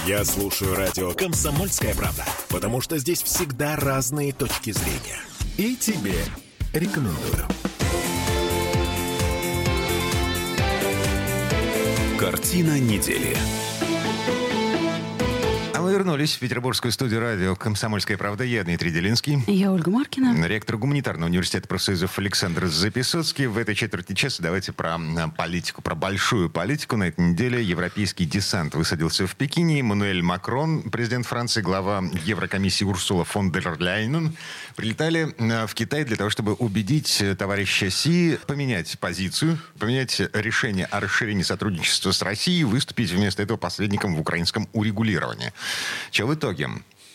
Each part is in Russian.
Я слушаю радио «Комсомольская правда», потому что здесь всегда разные точки зрения. И тебе рекомендую. Картина недели. А мы вернулись в петербургскую студию радио «Комсомольская правда». Я Дмитрий Делинский. Я Ольга Маркина. Ректор гуманитарного университета профсоюзов Александр Записоцкий. В этой четверти часа давайте про политику, про большую политику. На этой неделе европейский десант высадился в Пекине. Эммануэль Макрон, президент Франции, глава Еврокомиссии Урсула фон дер Ляйен прилетали в Китай для того, чтобы убедить товарища Си поменять позицию, поменять решение о расширении сотрудничества с Россией и выступить вместо этого посредником в украинском урегулировании. Что в итоге?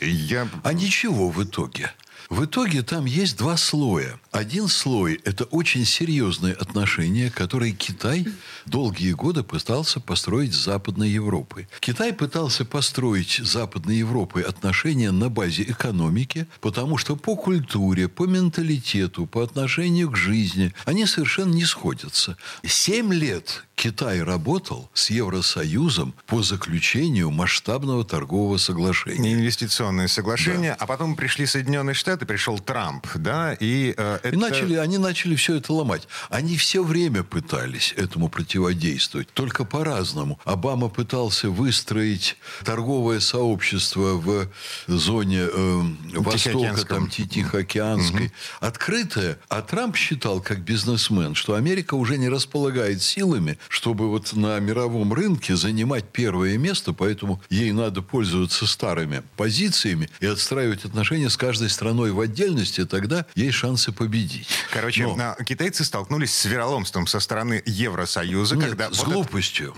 А ничего в итоге. В итоге там есть два слоя. Один слой – это очень серьезные отношения, которые Китай долгие годы пытался построить с Западной Европой. Китай пытался построить с Западной Европой отношения на базе экономики, потому что по культуре, по менталитету, по отношению к жизни они совершенно не сходятся. 7 лет Китай работал с Евросоюзом по заключению масштабного торгового соглашения. Инвестиционное соглашение, Да. а потом пришли Соединенные Штаты, пришел Трамп, да, и Они начали все это ломать. Они все время пытались этому противодействовать, только по-разному. Обама пытался выстроить торговое сообщество в зоне Востока, там, Тихоокеанской, открытое. А Трамп считал, как бизнесмен, что Америка уже не располагает силами, чтобы вот на мировом рынке занимать первое место, поэтому ей надо пользоваться старыми позициями и отстраивать отношения с каждой страной в отдельности, тогда есть шансы победить. Короче, китайцы столкнулись с вероломством со стороны Евросоюза. Нет, когда с глупостью.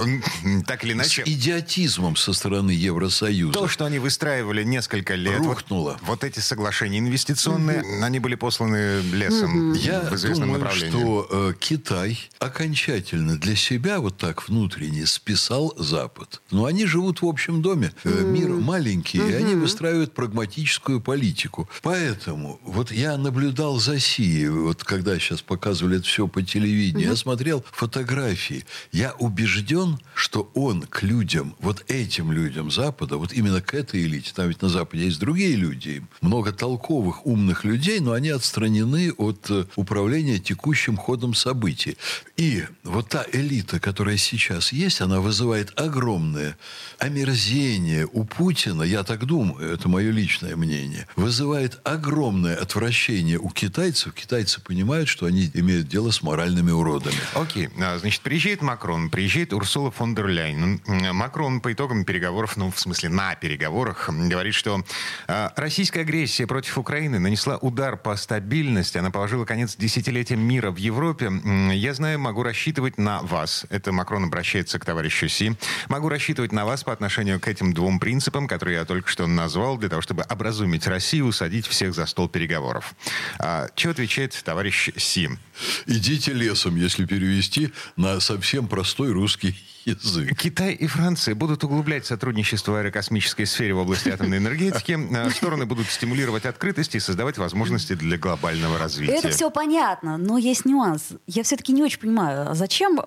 Так или иначе. С идиотизмом со стороны Евросоюза. То, что они выстраивали несколько лет. Рухнуло. Вот эти соглашения инвестиционные, они были посланы лесом Я в известном думаю, направлении. что Китай окончательно для себя вот так внутренне списал Запад. Но они живут в общем доме. Мир маленький, и они выстраивают прагматическую политику. Поэтому вот я наблюдал за Сией, вот когда сейчас показывали это все по телевидению, я смотрел фотографии. Я убежден, что он к людям, вот этим людям Запада, вот именно к этой элите, там ведь на Западе есть другие люди, много толковых, умных людей, но они отстранены от управления текущим ходом событий. И вот та элита, которая сейчас есть, она вызывает огромное омерзение у Путина, я так думаю, это мое личное мнение, вызывает огромное отвращение у китайцев. Китайцы понимают, что они имеют дело с моральными уродами. Окей. Значит, приезжает Макрон, приезжает Урсула фон дер Ляйен. Макрон по итогам переговоров, в смысле на переговорах, говорит, что российская агрессия против Украины нанесла удар по стабильности, она положила конец десятилетиям мира в Европе. Я знаю, могу рассчитывать на вас. Это Макрон обращается к товарищу Си. Могу рассчитывать на вас по отношению к этим двум принципам, которые я только что назвал, для того, чтобы образумить Россию, усадить всех за стол переговоров. Что отвечает товарищ Си? Идите лесом, если перевести на совсем простой русский язык. Китай и Франция будут углублять сотрудничество в аэрокосмической сфере в области атомной энергетики. Стороны будут стимулировать открытость и создавать возможности для глобального развития. Это все понятно, но есть нюанс. Я все-таки не очень понимаю, зачем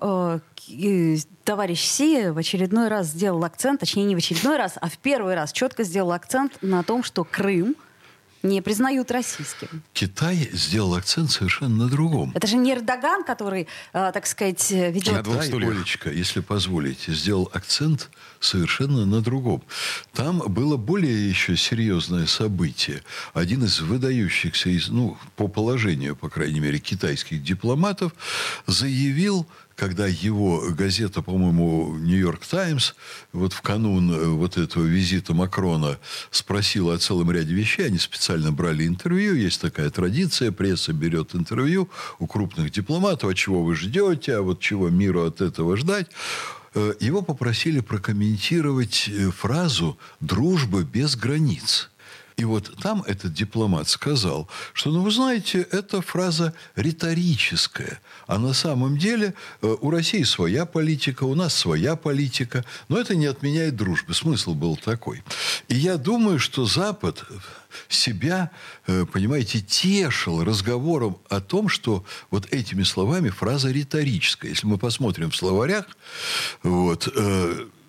товарищ Си в очередной раз сделал акцент, точнее не в очередной раз, а в первый раз четко сделал акцент на том, что Крым не признают российским. Китай сделал акцент совершенно на другом. Это же не Эрдоган, который, так сказать, ведет... Китай, Олечка, если позволите, сделал акцент совершенно на другом. Там было более еще серьезное событие. Один из выдающихся, по положению, по крайней мере, китайских дипломатов заявил, когда его газета, по-моему, «Нью-Йорк Таймс», вот в канун вот этого визита Макрона спросила о целом ряде вещей, они специально брали интервью, есть такая традиция, пресса берет интервью у крупных дипломатов, а чего вы ждете, а вот чего миру от этого ждать. Его попросили прокомментировать фразу «дружба без границ». И вот там этот дипломат сказал, что, вы знаете, эта фраза риторическая. А на самом деле у России своя политика, у нас своя политика. Но это не отменяет дружбы. Смысл был такой. И я думаю, что Запад себя, понимаете, тешил разговором о том, что вот этими словами фраза риторическая. Если мы посмотрим в словарях,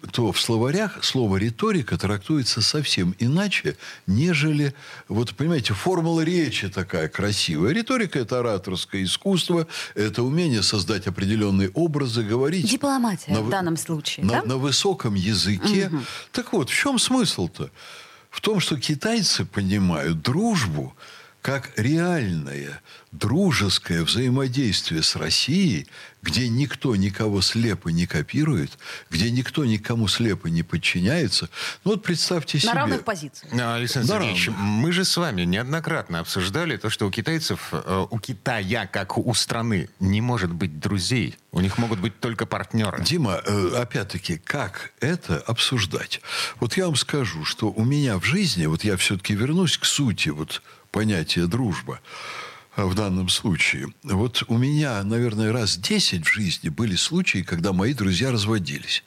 то в словарях слово «риторика» трактуется совсем иначе, нежели, вот, понимаете, формула речи такая красивая. Риторика – это ораторское искусство, это умение создать определенные образы, говорить... Дипломатия в данном случае, да? На высоком языке. Угу. Так вот, в чем смысл-то? В том, что китайцы понимают дружбу как реальное дружеское взаимодействие с Россией, где никто никого слепо не копирует, где никто никому слепо не подчиняется. Ну вот представьте себе... На равных позициях. Александр Сергеевич, мы же с вами неоднократно обсуждали то, что у китайцев, у Китая, как у страны, не может быть друзей. У них могут быть только партнеры. Дима, опять-таки, как это обсуждать? Вот я вам скажу, что у меня в жизни, вот я все-таки вернусь к сути вот понятия дружба в данном случае. Вот у меня, наверное, раз 10 в жизни были случаи, когда мои друзья разводились.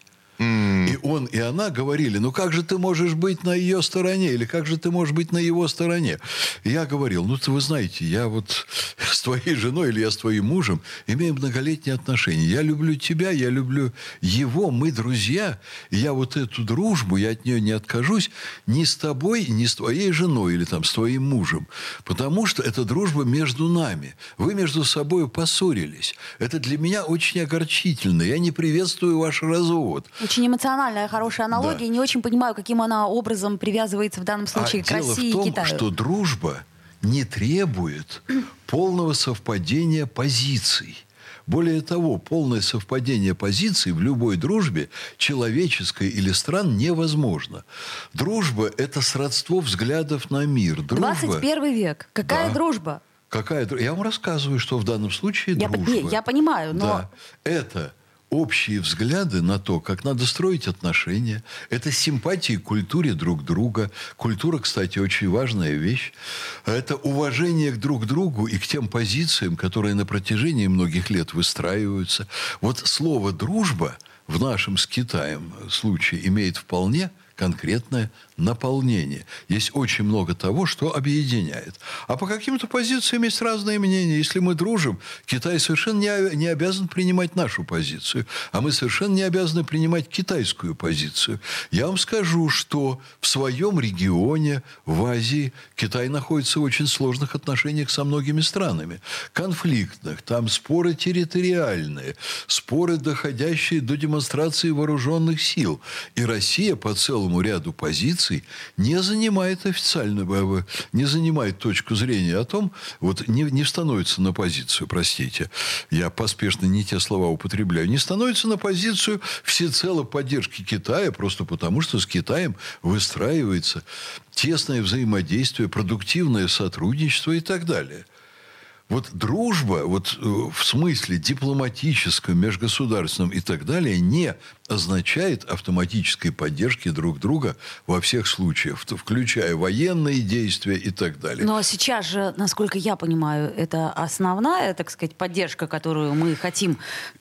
И он, и она говорили, ну как же ты можешь быть на ее стороне, или как же ты можешь быть на его стороне? И я говорил, ну вы знаете, я вот с твоей женой или я с твоим мужем имею многолетние отношения. Я люблю тебя, я люблю его, мы друзья. И я вот эту дружбу, я от нее не откажусь ни с тобой, ни с твоей женой или там с твоим мужем. Потому что это дружба между нами. Вы между собой поссорились. Это для меня очень огорчительно. Я не приветствую ваш развод. Очень эмоциональная, хорошая аналогия. Да. Не очень понимаю, каким она образом привязывается в данном случае к России и Китаю. Дело в том, что дружба не требует полного совпадения позиций. Более того, полное совпадение позиций в любой дружбе, человеческой или стран, невозможно. Дружба – это сродство взглядов на мир. Дружба... 21 век. Какая дружба? Какая дружба? Я вам рассказываю, что в данном случае дружба. Я понимаю, но... Да. Это... общие взгляды на то, как надо строить отношения. Это симпатии к культуре друг друга. Культура, кстати, очень важная вещь. Это уважение друг к другу и к тем позициям, которые на протяжении многих лет выстраиваются. Вот слово «дружба» в нашем с Китаем случае имеет вполне конкретное наполнение. Есть очень много того, что объединяет. А по каким-то позициям есть разные мнения. Если мы дружим, Китай совершенно не обязан принимать нашу позицию. А мы совершенно не обязаны принимать китайскую позицию. Я вам скажу, что в своем регионе, в Азии, Китай находится в очень сложных отношениях со многими странами. Конфликтных. Там споры территориальные. Споры, доходящие до демонстрации вооруженных сил. И Россия по целому ряду позиций не занимает официально, не занимает точку зрения о том, вот не становится на позицию, простите, я поспешно не те слова употребляю, не становится на позицию всецело поддержки Китая, просто потому, что с Китаем выстраивается тесное взаимодействие, продуктивное сотрудничество и так далее. Вот дружба, вот в смысле дипломатическом, межгосударственном и так далее, не означает автоматической поддержки друг друга во всех случаях, включая военные действия и так далее. Но сейчас же, насколько я понимаю, это основная, так сказать, поддержка, которую мы хотим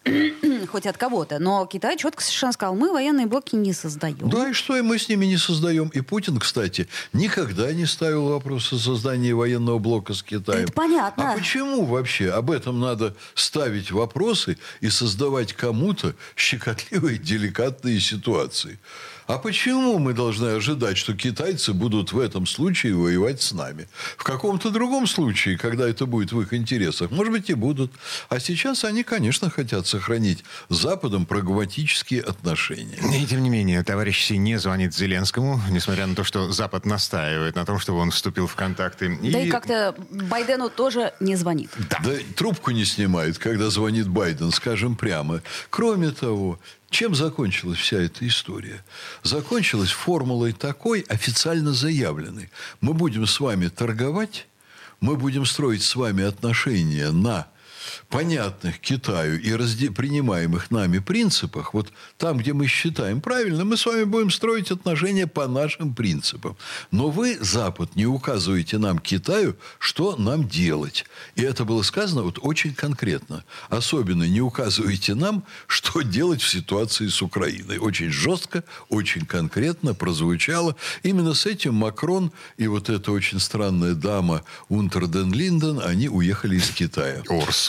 хоть от кого-то. Но Китай четко совершенно сказал, мы военные блоки не создаем. Да, и что, и мы с ними не создаем. И Путин, кстати, никогда не ставил вопрос о создании военного блока с Китаем. Это понятно. А почему вообще об этом надо ставить вопросы и создавать кому-то щекотливые деликатные ситуации? А почему мы должны ожидать, что китайцы будут в этом случае воевать с нами? В каком-то другом случае, когда это будет в их интересах, может быть, и будут. А сейчас они, конечно, хотят сохранить с Западом прагматические отношения. И тем не менее, товарищ Си не звонит Зеленскому, несмотря на то, что Запад настаивает на том, чтобы он вступил в контакты. Да и как-то Байдену тоже не звонит. Да, трубку не снимает, когда звонит Байден, скажем прямо. Кроме того, чем закончилась вся эта история? Закончилась формулой такой, официально заявленной. Мы будем с вами торговать, мы будем строить с вами отношения на понятных Китаю и принимаемых нами принципах, вот там, где мы считаем правильно, мы с вами будем строить отношения по нашим принципам. Но вы, Запад, не указываете нам, Китаю, что нам делать. И это было сказано вот очень конкретно. Особенно не указываете нам, что делать в ситуации с Украиной. Очень жестко, очень конкретно прозвучало. Именно с этим Макрон и вот эта очень странная дама Унтер ден Линден, они уехали из Китая. Урсула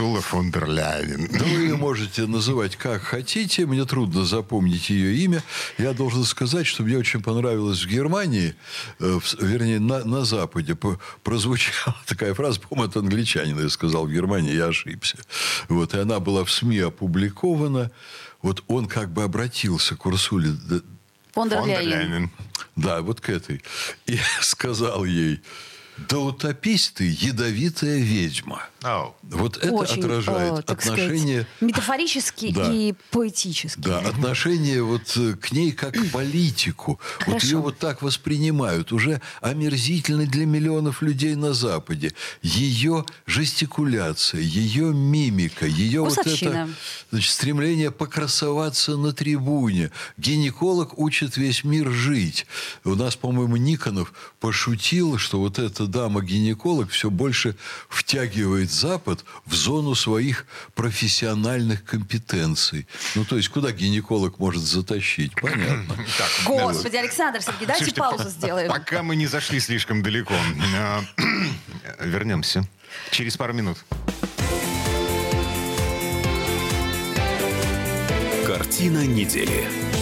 Урсула фон дер Ляйен. Да вы ее можете называть как хотите. Мне трудно запомнить ее имя. Я должен сказать, что мне очень понравилось в Германии, вернее, на Западе, прозвучала такая фраза, по-моему, от англичанина, я сказал в Германии, я ошибся. Вот, и она была в СМИ опубликована. Вот он как бы обратился к Урсуле Фон дер Ляйен. Да, вот к этой. И сказал ей: да утопись ты, ядовитая ведьма. Вот это Очень, отражает так отношение... сказать, метафорически Да. и поэтически. Да, отношение вот к ней как к политику. Хорошо. Вот ее вот так воспринимают. Уже омерзительно для миллионов людей на Западе. Ее жестикуляция, ее мимика, ее вот это, значит, стремление покрасоваться на трибуне. Гинеколог учит весь мир жить. У нас, по-моему, Никонов пошутил, что вот эта дама-гинеколог все больше втягивает Запад в зону своих профессиональных компетенций. Ну, то есть, куда гинеколог может затащить? Понятно. Господи, Александр Сергеевич, давайте паузу сделаем. Пока мы не зашли слишком далеко. Вернемся через пару минут. Картина недели.